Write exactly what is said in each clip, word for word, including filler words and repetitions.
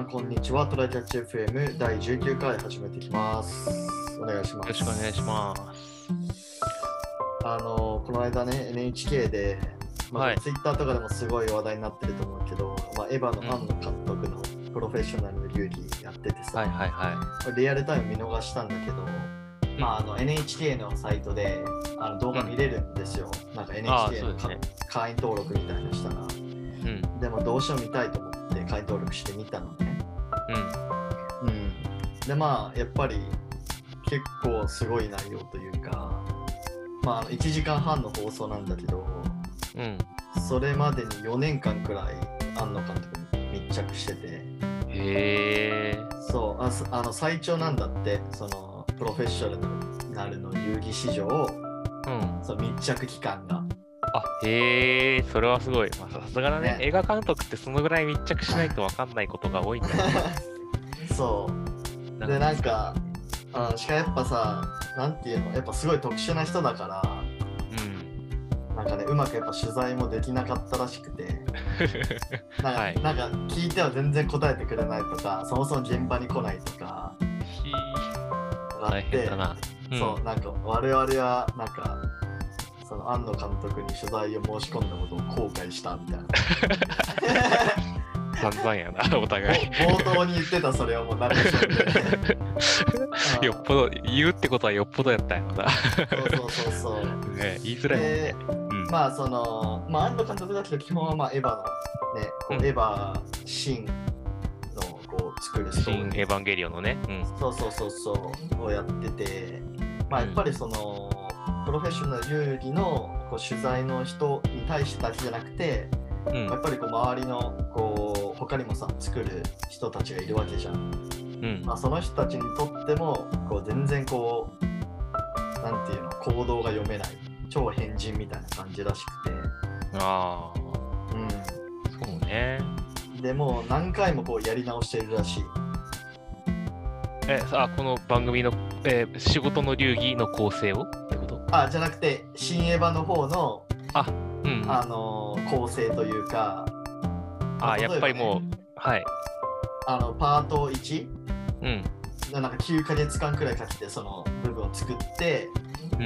んこんにちは。トライキャッチ エフエム だいじゅうきゅうかい始めていきます。お願いします。 よろしくお願いします。 あのこの間ね エヌエイチケー で、まあはい、ツイッターとかでもすごい話題になってると思うけど、まあ、エヴァの庵野監督のプロフェッショナルの流儀やっててさ、 はいはいはい、 リアルタイム見逃したんだけど、うん、まあ、あの エヌエイチケー のサイトであの動画見れるんですよ、うん、なんか エヌエイチケー の、ね、会員登録みたいなしたら、うん、でもどうしても見たいと思って会員登録してみたのね。うん、うん、でまあやっぱり結構すごい内容というか、まあいちじかんはんの放送なんだけど、うん、それまでによねんかんくらい庵野監督に密着してて、 へー、 そう あ, あの最長なんだって、そのプロフェッショナルの遊戯史上、うん、その密着期間が。 あ、へえ、それはすごい。まあ、さすがだね。映画監督ってそのぐらい密着しないと分かんないことが多いんだよね。 そうで、なんかあしかもやっぱさ、なんていうの、やっぱすごい特殊な人だから、うん、なんかね、うまくやっぱ取材もできなかったらしくてなんか、はい、なんか聞いては全然答えてくれないとか、そもそも現場に来ないとかあって、大変だな、うん、そうなんか我々はなんかその庵野監督に取材を申し込んだことを後悔したみたいな散々やな、お互い。 冒頭に言ってたそれをもう誰でしょうね。 よっぽど、言うってことはよっぽどやったんやな。 そうそうそうそう。 ね、言いづらいもんね。 うん、まあその、まあ庵野監督だけど基本はまあエヴァのね、こう、うん、エヴァ新のこう作るストーリー。 新エヴァンゲリオンのね。 うん、そうそうそうそうをやってて、まあやっぱりその、うん、プロフェッショナル遊戯のこう取材の人に対してだけじゃなくて、うん、やっぱりこう周りのこう他にもさ作る人たちがいるわけじゃん、うんまあ、その人たちにとってもこう全然こうなんていうの、行動が読めない超変人みたいな感じらしくて、 ああ、うん、そうね。 でもう何回もこうやり直しているらしい。 えさあこの番組の、えー、仕事の流儀の構成をってこと？ あ、じゃなくて新エヴァの方のあうん、 あのー、構成というか、 あ、ね、やっぱりもう、はい。 あの、パートいち、うん。なんかきゅうかげつかんくらいかけてその部分を作って、うん。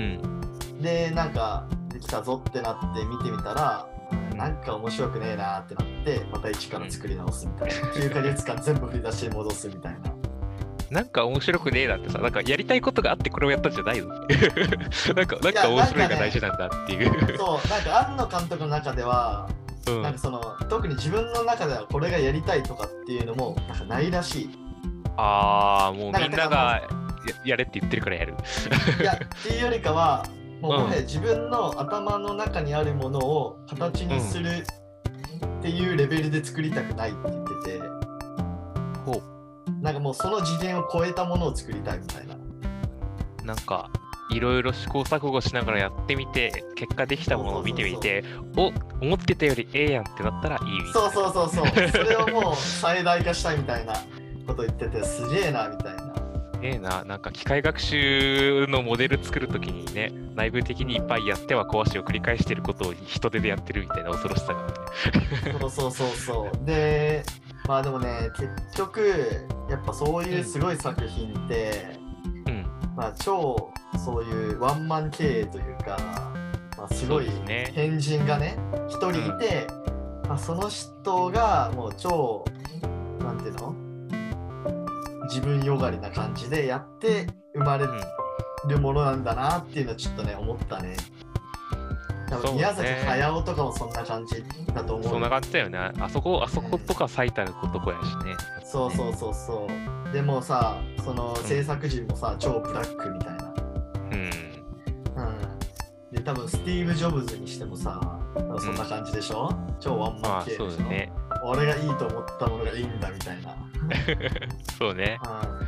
で、なんかできたぞってなって見てみたら、うん、なんか面白くねえなってなって、また一から作り直すみたいな。うん、きゅうかげつかん全部振り出しに戻すみたいな。 なんか面白くねえなってさ、なんかやりたいことがあってこれをやったんじゃないのなんか、なんか面白いが大事なんだっていう。 ね、そう、なんか庵野監督の中では、うん、なんかその特に自分の中ではこれがやりたいとかっていうのもなんかないらしい。 ああ、もうみんなが や, やれって言ってるからやる。 いや、っていうよりかは、もうもはや自分の頭の中にあるものを形にするっていうレベルで作りたくないって言ってて、ほう。なんかもうその次元を超えたものを作りたいみたいな。 なんかいろいろ試行錯誤しながらやってみて、結果できたものを見てみて、お、思ってたよりええやんってなったらいいみたいな。 そうそうそうそう。それをもう最大化したいみたいなこと言ってて、すげえなみたいな。 ええな、なんか機械学習のモデル作るときにね、内部的にいっぱいやっては壊しを繰り返してることを人手でやってるみたいな恐ろしさがあるね。そうそうそうそう。で、まあでもね、結局やっぱそういうすごい作品って、うん、まあ超そういうワンマン経営というか、まあ、すごい変人がね一人いて、うんまあ、その人がもう超なんていうの、自分よがりな感じでやって生まれるものなんだなっていうのはちょっとね思ったね。多分宮崎駿とかもそんな感じだと思う。 そんな感じだよね。あそこあそことか最たる男やしね。 そうそうそうそう。でもさ、その制作陣もさ、うん、超ブラックみたいな。うん。うん。で多分スティーブ・ジョブズにしてもさ、そんな感じでしょ。うん、超ワンマン系でしょ。まあ、そうだね。俺がいいと思ったものがいいんだみたいな。 そうね。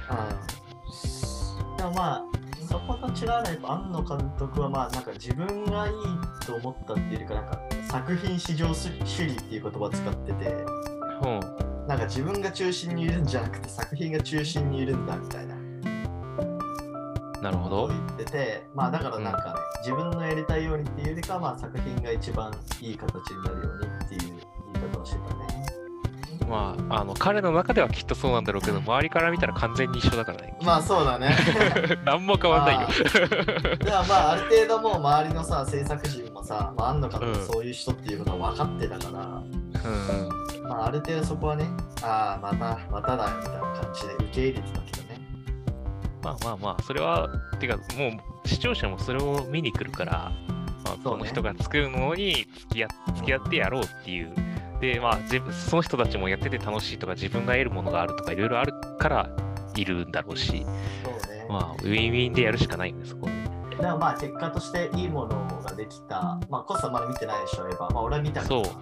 うんうん。でもまあ。そこと違うのはやっぱ庵野監督はまあなんか自分がいいと思ったっていうか、なんか作品至上主義っていう言葉を使ってて、うん、なんか自分が中心にいるんじゃなくて作品が中心にいるんだみたいな。 なるほど。 言ってて、まあだからなんかね、うん、自分のやりたいようにっていうよりかはまあ作品が一番いい形になるようにっていう言い方をしてたね。 まあ、あの彼の中ではきっとそうなんだろうけど、周りから見たら完全に一緒だからね。 まあそうだね。 何も変わんないよ。 ではまあある程度もう周りのさ制作陣もさ、まあ、あんのかとかそういう人っていうことは分かってたから、うん、まあある程度そこはね、ああまたまただよみたいな感じで受け入れてたけどね。 まあまあまあそれはてかもう視聴者もそれを見に来るから、まあ、この人が作るものに付き合付き合ってやろうっていう。でまあ、自分その人たちもやってて楽しいとか自分が得るものがあるとかいろいろあるからいるんだろうし、 そうね、 まあ、ウィンウィンでやるしかないよね、そこ。 でもまあ結果としていいものができた。まあコスはまだ見てないでしょ、エヴァ。まあ俺は見たから。 そう。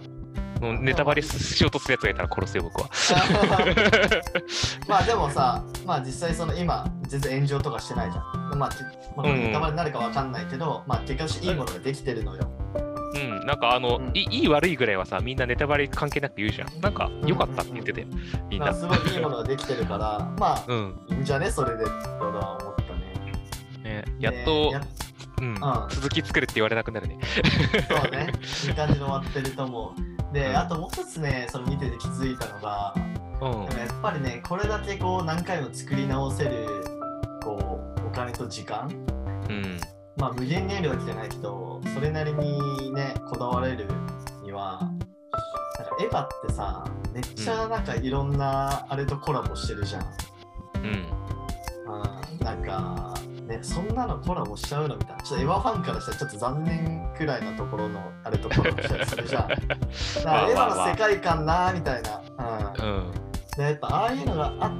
もうネタバレしようとするやつがいたら殺すよ、僕は。 まあでもさ、まあ実際その今全然炎上とかしてないじゃん。まあ、まあ、ネタバレになるかわかんないけど、うん、まあ結果としていいものができてるのよ。 うん、なんかあの、うん、い, いい悪いぐらいはさ、みんなネタバレ関係なく言うじゃん。なんか良かったって言ってて、うんうんうん、みんな。 すごいいいものができてるから、まあ、うん、いいんじゃね、それでって俺は思ったね。 ねやっと、やうんうん、続き作るって言われなくなるね。 そうね、いい感じで終わってると思う。で、うん、あともう一つね、その見てて気づいたのが、うん、やっぱりね、これだけこう何回も作り直せるこうお金と時間、うんまあ無限にあるわけじゃないけど、それなりにね、こだわれるには、なんかエヴァってさ、めっちゃなんかいろんなあれとコラボしてるじゃん。うん。うん、なんか、ね、そんなのコラボしちゃうのみたいな。ちょっとエヴァファンからしたらちょっと残念くらいなところのあれとコラボしたりするじゃん。だからエヴァの世界観なーみたいな。うん。うん、でやっぱああいうのがあって、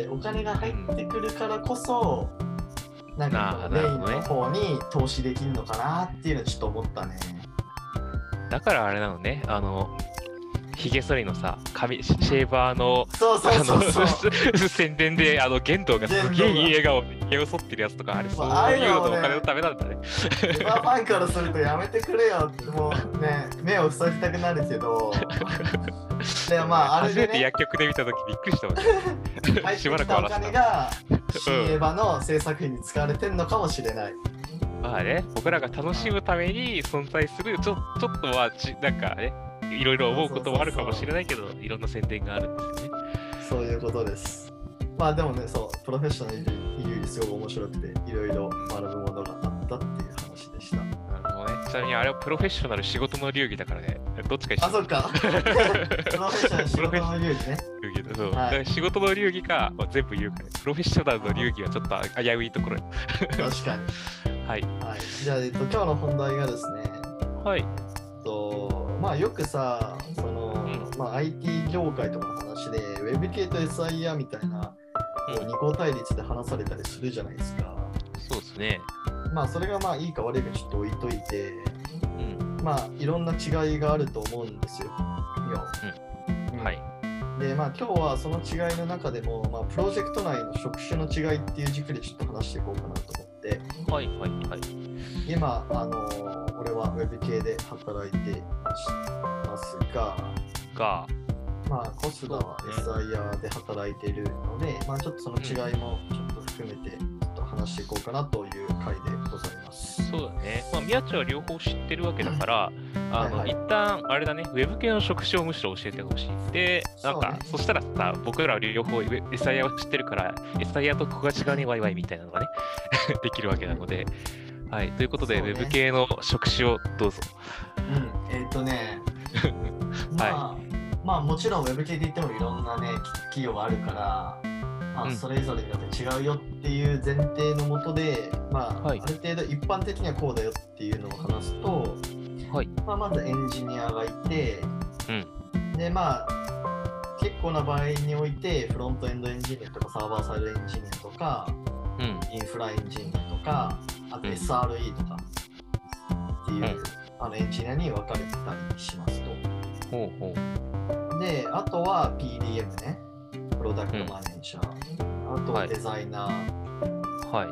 お金が入ってくるからこそ、なんかメインの方に投資できるのかなっていうのはちょっと思ったね。 だからあれなのね、あのヒゲ剃りのさ、髪シェーバーのそうそうそうそう宣伝であの玄道がすげえいい笑顔でヒゲを剃ってるやつとかあれ、そういうのお金のためなんだね。 エヴァファンからするとやめてくれよってもうね目を塞ぎたくなるけど。でまああれで、ね、 初めて薬局で見た時びっくりしたもんね。 入ってきたお金が新エヴァの制作費に使われてんのかもしれない。 まあね、僕らが楽しむために存在するちょ、ちょっとはちなんかね、いろいろ思うこともあるかもしれないけど、そうそうそういろんな宣伝があるんですよね。 そういうことです。まあでもね、そう、プロフェッショナルによりすごく面白くて、いろいろ学ぶものがあったっていう話でした。 なるほどね。ちなみにあれはプロフェッショナル仕事の流儀だからね。どっちか一緒。 あ、そっか。プロフェッショナル仕事の流儀ね。 流儀だそう、はい、仕事の流儀か、まあ、全部言うから、ね、プロフェッショナルの流儀はちょっと危ういところ。 確かに。 はい。 はい、じゃあ、えっと、今日の本題がですね。 はい。 えっと、まあよくさ、その、うん、まあ アイティー 業界とかの話で、ウェブ系と エスアイアールル みたいな、うん、二項対立で話されたりするじゃないですか。 そうですね。 まあそれがまあいいか悪いかちょっと置いといて、うん、まあいろんな違いがあると思うんですよ。 うんうん、はい。 でまあ今日はその違いの中でも、まあ、プロジェクト内の職種の違いっていう軸でちょっと話していこうかなと思って。 はいはいはい。 今あのー、俺はウェブ系で働いてますが、 がまあコスダは エスアイアール で働いているので、まあちょっとその違いもちょっと含めてちょっと話していこうかなという回でございます。 そうだね。まあ宮地は両方知ってるわけだから、あの、はいはい、一旦あれだね、ウェブ系の職種をむしろ教えてほしい。で、なんか そ,、ね、そしたらさ、僕ら両方 エスアイアール を知ってるから、エスアイアール とここが違うね、ワイワイみたいなのがね、できるわけなので。はい、ということで、ね、ウェブ系の職種をどうぞ。 うん、えー、っとね、まあ、はい、まあもちろんウェブ系で言ってもいろんなね、企業があるから、まあ、それぞれによって違うよっていう前提のもとで、まあ、はい、ある程度一般的にはこうだよっていうのを話すと、はい、まあ、まずエンジニアがいて、うん、で、まあ、結構な場合において、フロントエンドエンジニアとかサーバーサイドエンジニアとか、うん、インフラエンジニアとか、あと エスアールイー とかっていう、うん、あのエンジニアに分かれてたりしますと。ほうほう。で、あとは ピーディーエム ね、プロダクトマネージャー、うん、あとはデザイナー、はい、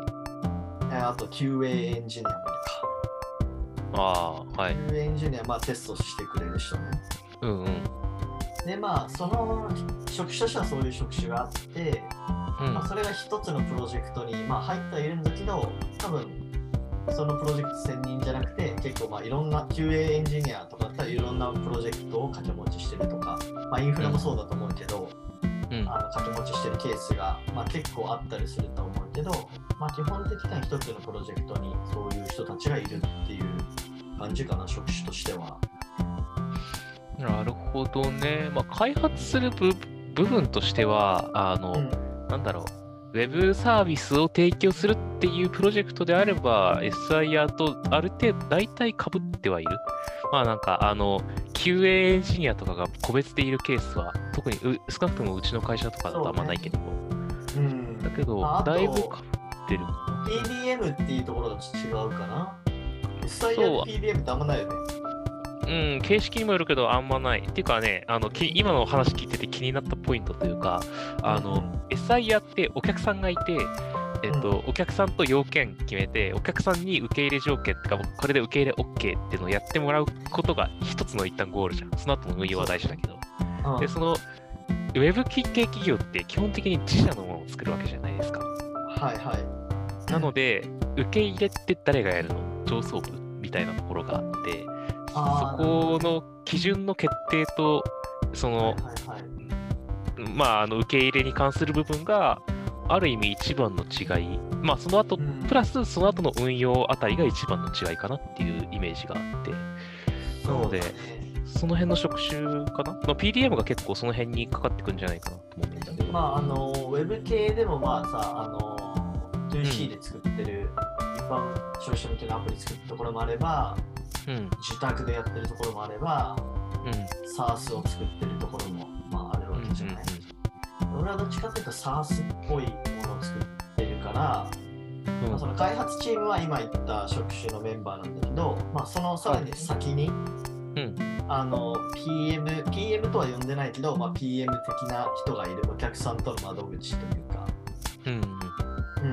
あと キューエー エンジニアもいるか。 ああ、はい。 キューエー エンジニアはまあテストしてくれる人ね。うんうん。で、まあ、その職種としてはそういう職種があって、うん、まあ、それが一つのプロジェクトに、まあ、入ってはいるんだけど、多分そのプロジェクト専任じゃなくて、結構まあいろんな キューエー エンジニアとかだったらいろんなプロジェクトを掛け持ちしてるとか、ままあ、インフラもそうだと思うけど、うん、あの掛け持ちしてるケースが、まあ、結構あったりすると思うけど、まあ、基本的には一つのプロジェクトにそういう人たちがいるっていう感じかな、職種としては。 なるほどね。まあ、開発する 部, 部分としては、あの、うん、なんだろう、ウェブサービスを提供するっていうプロジェクトであれば、エスアイアール とある程度大体被ってはいる。まあなんか、あの、キューエー エンジニアとかが個別でいるケースは、特にう少なくともうちの会社とかだとあんまないけど、ね、うん、だけど、まあ、だいぶ被ってるかな。 ピーディーエム っていうところが違うかな。エスアイアール ピーディーエム ってあんまないよね。 うん、形式にもよるけどあんまない。っていうかね、あのき今の話聞いてて気になったポイントというか、あの、うん、エスアイアール ってお客さんがいて、えっと、うん、お客さんと要件決めて、お客さんに受け入れ条件ってか、これで受け入れ OK っていうのをやってもらうことが一つの一旦ゴールじゃん。その後の運用は大事だけど。うん、で、その、ウェブ系企業って基本的に自社のものを作るわけじゃないですか。 はいはい。 なので、受け入れって誰がやるの？上層部みたいなところがあって、そこの基準の決定と、その、はいはいはい、まあ、あの受け入れに関する部分が、ある意味一番の違い。まあ、その後、うん、プラスその後の運用あたりが一番の違いかなっていうイメージがあって。なので、その辺の職種かな、まあ、ピーディーエム が結構その辺にかかってくんじゃないかなと思うんだけど。 まあ、あの、ウェブ系でもまあさ、あの、ツーシー で作ってる、一般消費者向けのアプリ作るところもあれば、うん、自宅でやってるところもあれば、うん、SaaS を作ってるところも、まあ、あるわけじゃない。うんうんうん、俺はどっちかというと SaaS っぽいものを作ってるから、うんまあ、その開発チームは今言った職種のメンバーなんだけど、まあ、そのさらに先に、うん、あの ピーエム、ピーエム とは呼んでないけど、まあ、ピーエム 的な人がいる、お客さんとの窓口というか、うんうんうん、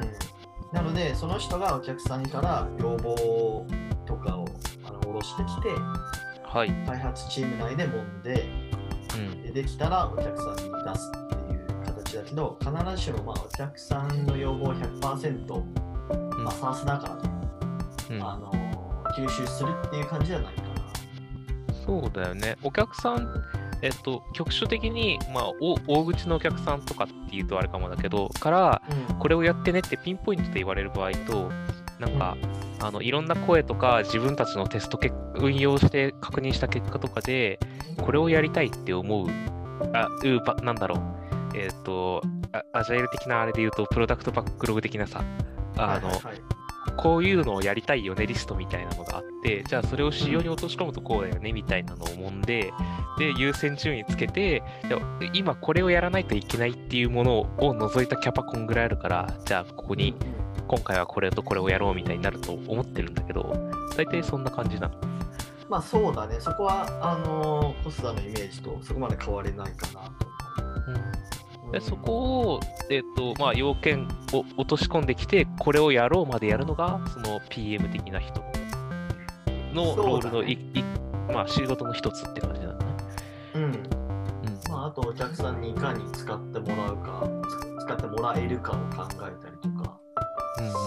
なのでその人がお客さんから要望とかを下ろしてきて、はい、開発チーム内で揉んで、うん、で, できたらお客さんに出すっていう形だけど、必ずしもまあお客さんの要望を ひゃくパーセント、うんまあ、SaaS だからね、うん、あの吸収するっていう感じじゃないかな。 そうだよね。お客さん、えっと、局所的に、まあ、大口のお客さんとかっていうとあれかもだけど、から、うん、これをやってねってピンポイントで言われる場合と、なんか、うん、あのいろんな声とか自分たちのテスト結運用して確認した結果とかでこれをやりたいって思うあうなんだろうえっ、ー、とアジャイル的なあれで言うとプロダクトバックログ的なさあの、はいはいはい、こういうのをやりたいよねリストみたいなのがあって、じゃあそれを仕様に落とし込むとこうだよねみたいなのを揉んで、で優先順位つけて、今これをやらないといけないっていうものを除いたキャパこんぐらいあるから、じゃあここに今回はこれとこれをやろうみたいになると思ってるんだけど、大体そんな感じなの。 まあそうだね、そこはあのー、コスダのイメージとそこまで変われないかなと思う。 うん、でそこを、えーとまあ、要件を落とし込んできて、これをやろうまでやるのが、その ピーエム 的な人のロールのい、ねいまあ、仕事の一つって感じなんだね。 うん。うんまあ、あとお客さんにいかに使ってもらうか、使ってもらえるかを考えたりとか、うんうんうん、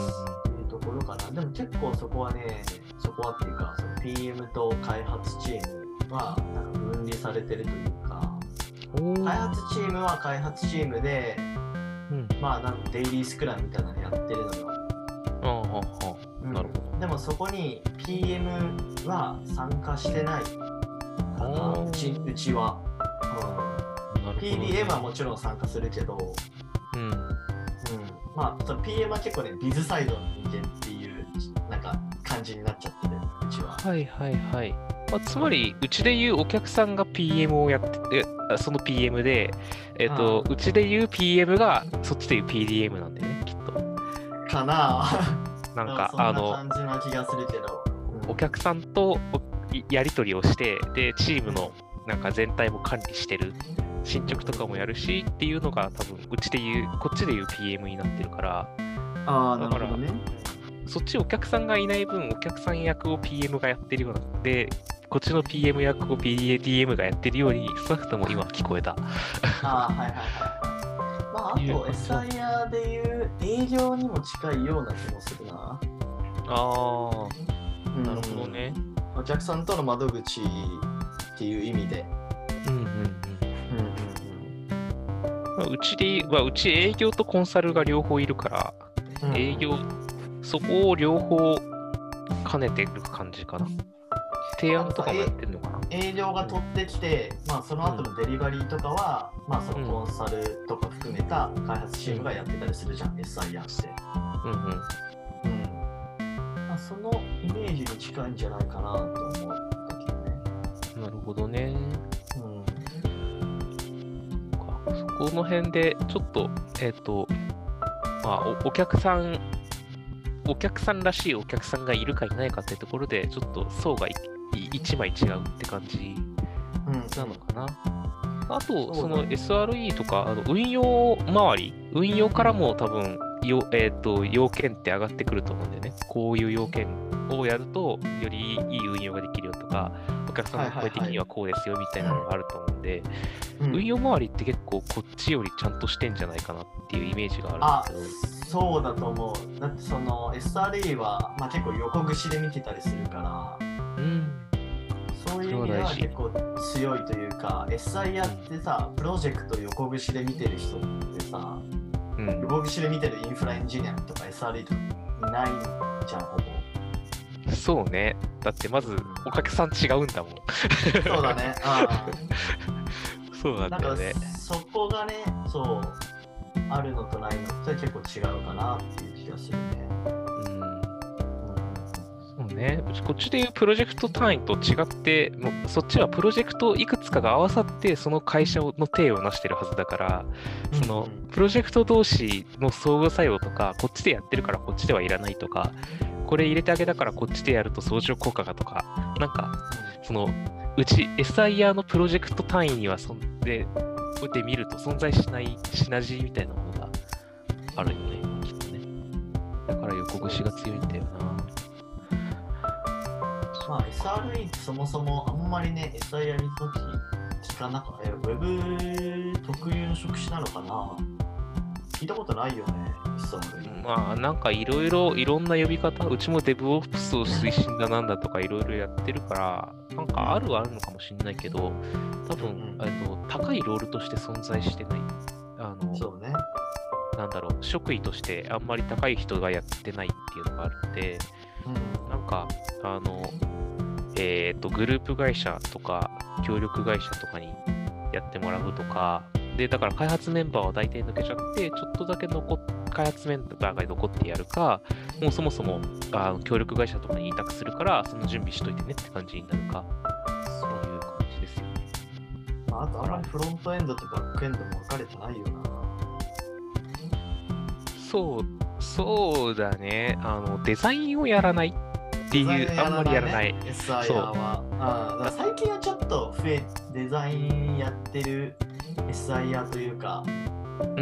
いうところかな。でも結構そこはね、そこはっていうか、その ピーエム と開発チームはなんか分離されてるというか、開発チームは開発チームで、うん、まあなんかデイリースクラムみたいなのやってるのよ。ああ、はあ、うん、なるほど。でもそこに ピーエム は参加してないかな、うち、うちは。うん、ピーディーエム はもちろん参加するけど、うんうん、まあその ピーエム は結構ね、ビズサイドの人間っていうなんか感じになっちゃってる、うちは。 はいはいはい。まあ、つまり、うちでいうお客さんが ピーエム をやってて、その ピーエム で、えっと、うちでいう ピーエム がそっちでいう ピーディーエム なんだよね、きっと。 かなぁ。なんか、あの、 感じな気がするけど、 うん、お客さんとやり取りをして、で、チームのなんか全体も管理してる。進捗とかもやるしっていうのが多分、うちでいう、こっちでいう ピーエム になってるから。 ああ、なるほどね。 そっちお客さんがいない分、お客さん役を ピーエム がやってるようなので、こっちの ピーエム 役を ピーディーエム がやってるように、少なくとも今は聞こえた。 ああ、はいはいはい。まあ、あと エスアイアール でいう営業にも近いような気もするな。ああ、うん、なるほどね。 お客さんとの窓口っていう意味で。うんうんうん。うまあ、うちで、まあ、うち営業とコンサルが両方いるから、うん、営業、そこを両方兼ねてる感じかな。提案とかもやってるのかな。 営業が取ってきて、うん、まあその後のデリバリーとかは、うん、まあそのコンサルとか含めた開発チームがやってたりするじゃん、うん、エスアイアール って。うんうん。うん。まあそのイメージに近いんじゃないかなと思ったけどね。 なるほどね。うん。そこの辺でちょっと、えっと、まあお、お客さん、お客さんらしいお客さんがいるかいないかっていうところで、ちょっと層が一枚違うって感じなのかな。うん、あと、その エスアールイー とか、あの運用周り、運用からも多分、よえー、と要件って上がってくると思うんだよね。こういう要件をやると、よりいい運用ができるよとか、お客さんの声的にはこうですよみたいなのがあると思うんで、うん、運用周りって結構こっちよりちゃんとしてんじゃないかなっていうイメージがあるんですけど。 そうだと思う。だってその エスアールイー は、まあ、結構横串で見てたりするから、うん、そういう意味では結構強いというか、エスアイアール ってさ、プロジェクト横串で見てる人ってさ、うん、横串で見てるインフラエンジニアとか エスアールイー とかいないじゃん、ほぼ。 そうね。だってまずお客さん違うんだもん。 そうだね。あそうなんだよね。 そこがね、そう、あるのとないのと結構違うかなっていう気がするね。うん。 そうね。こっちでいうプロジェクト単位と違って、もうそっちはプロジェクトいくつかが合わさってその会社の体を成してるはずだから、うん、そのプロジェクト同士の相互作用とか、こっちでやってるからこっちではいらないとか、これ入れてあげたからこっちでやると相乗効果がとか、なんか、そのうち エスアイアール のプロジェクト単位にはそんで、で見ると存在しないシナジーみたいなものがあるよね、きっとね。だから横串が強いんだよな。 まあ エスアールイー ってそもそもあんまりね、エスアイアール の時聞かなかった。ウェブ特有の職種なのかな？聞いたことないよね、エスアールイー。 まあなんかいろいろいろんな呼び方、うちも DevOps を推進だなんだとかいろいろやってるから、なんかあるはあるのかもしれないけど、多分、うん、えっと高いロールとして存在してない。あのそうね。 なんだろう、職位としてあんまり高い人がやってないっていうのがあるんで、うん、なんか、あの、えっと、グループ会社とか、協力会社とかにやってもらうとか、で、だから開発メンバーは大体抜けちゃって、ちょっとだけ残っ開発メンバーが残ってやるか、もうそもそもあの協力会社とかに委託するから、その準備しといてねって感じになるか、そういう感じですよね。 まあ、あとあまりフロントエンドとバックエンドも分かれてないよな。 そう、そうだね。あの、デザインをやらないっていう、ね、あんまりやらない。 エスアイアール は。あだ最近はちょっと増え、デザインやってる エスアイアール というか、うん。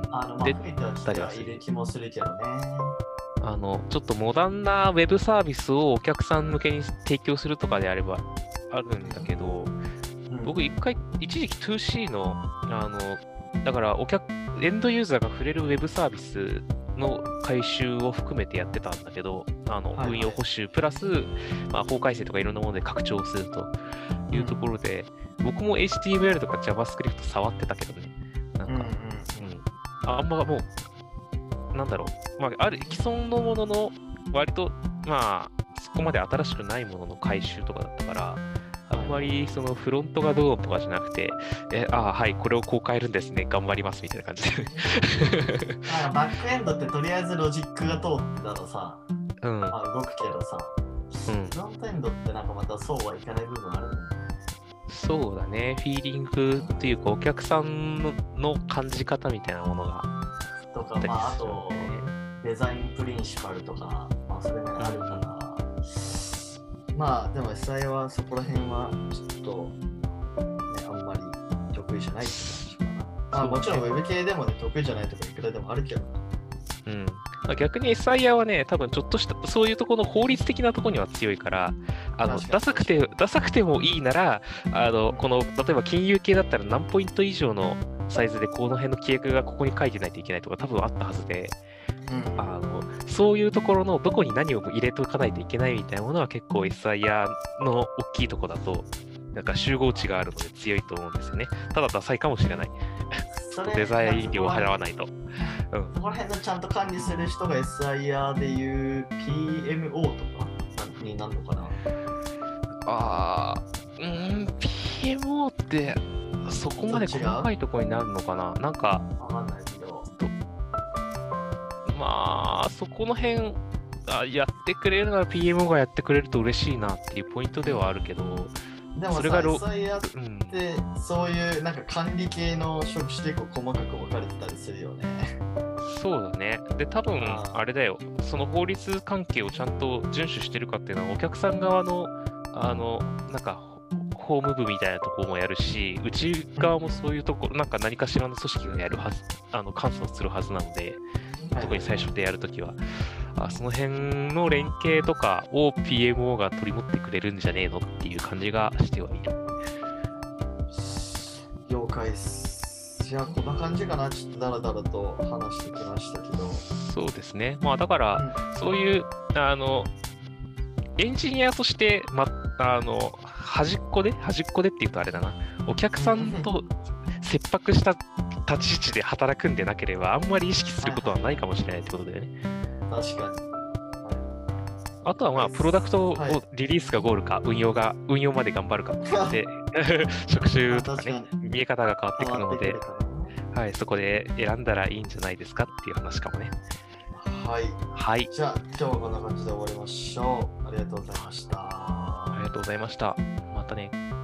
あの、まあ、増えてはきてはいる気もするけどね。 あの、ちょっとモダンなウェブサービスをお客さん向けに提供するとかであればあるんだけど、うん、僕一回、一時期 ツーシー の、あの、だからお客、エンドユーザーが触れるウェブサービスの改修を含めてやってたんだけど、あの、はいはい、運用補修プラス、まあ、法改正とかいろんなもので拡張するというところで、うん、僕も エイチティーエムエル とか JavaScript 触ってたけどね、なんか、うんうんうん、あんまもう、なんだろう、まあ、ある既存のものの割と、まあ、そこまで新しくないものの改修とかだったから、あんまりそのフロントがどうとかじゃなくて、え、ああ、はい、これをこう変えるんですね、頑張りますみたいな感じで。 あバックエンドってとりあえずロジックが通ってたらさ、うん、まあ、動くけどさ、うん、フロントエンドってなんかまたそうはいかない部分あるんだよね。 そうだね、フィーリングっていうか、お客さんの感じ方みたいなものが。 とか、まあ、あと、デザインプリンシパルとか、まあ、それがあるから、うん、まあ、でも エスアイ はそこら辺は、ちょっと、ね、あんまり得意じゃないって感じかな。まあ、もちろん Web 系でもね、得意じゃないとかいくらでもあるけど。 うん。逆に エスアイアール はね、多分ちょっとした、そういうところの法律的なところには強いから、あのダサくて、ダサくてもいいなら、あのこの例えば金融系だったら何ポイント以上のサイズでこの辺の規約がここに書いてないといけないとか多分あったはずで、うん、あのそういうところのどこに何を入れておかないといけないみたいなものは結構 エスアイアール の大きいところだと、なんか集合値があるので強いと思うんですよね。ただダサいかもしれない。 デザイン料を払わないと。 うん、そこら辺のちゃんと管理する人が エスアイアール でいう ピーエムオー とかになるのかな。 ああ、うん、ピーエムオー ってそこまで細かいところになるのかな。なんか、 わかんないけど。 まあ、そこの辺あ、やってくれるなら ピーエムオー がやってくれると嬉しいなっていうポイントではあるけど、 でもさ、エスアイアール ってそういうなんか管理系の職種結構細かく分かれてたりするよね。 そうだね。で、多分あれだよ、その法律関係をちゃんと遵守してるかっていうのは、お客さん側の、あの、なんか、法務部みたいなところもやるし、うち側もそういうところ、なんか何かしらの組織がやるはず、あの監査をするはずなので、特に最初でやるときは、あ、その辺の連携とかを ピーエムオー が取り持ってくれるんじゃねえのっていう感じがしてはいる。 了解っす。じゃあこんな感じかな。ちょっとダラダラと話してきましたけど。 そうですね。まあだから、うん、そういうあのエンジニアとして、ま、あの端っこで端っこでっていうとあれだな、お客さんと切迫した立ち位置で働くんでなければあんまり意識することはないかもしれないってことだよね。 確かに。 あとはまあプロダクトをリリースがゴールか、はい、運用が運用まで頑張るかで職種とかね、見え方が変わってくるので、はい、そこで選んだらいいんじゃないですかっていう話かもね。 はい。 はい。 じゃあ今日はこんな感じで終わりましょう。ありがとうございました。 ありがとうございました。またね。